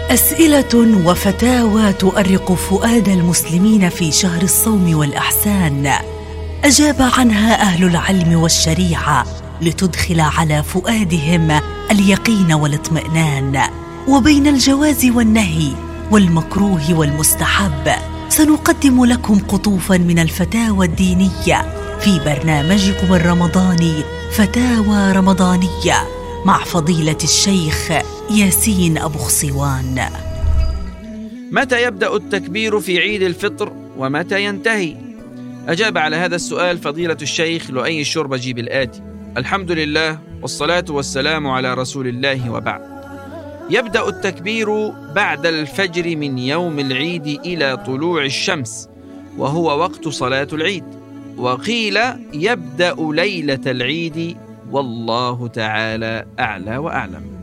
أسئلة وفتاوى تؤرق فؤاد المسلمين في شهر الصوم والإحسان، أجاب عنها أهل العلم والشريعة لتدخل على فؤادهم اليقين والاطمئنان. وبين الجواز والنهي والمكروه والمستحب سنقدم لكم قطوفا من الفتاوى الدينية في برنامجكم الرمضاني فتاوى رمضانية مع فضيلة الشيخ ياسين أبو خصوان. متى يبدأ التكبير في عيد الفطر ومتى ينتهي؟ أجاب على هذا السؤال فضيلة الشيخ لؤي الشربجي بالآتي: الحمد لله والصلاة والسلام على رسول الله، وبعد. يبدأ التكبير بعد الفجر من يوم العيد إلى طلوع الشمس، وهو وقت صلاة العيد، وقيل يبدأ ليلة العيد، والله تعالى أعلى وأعلم.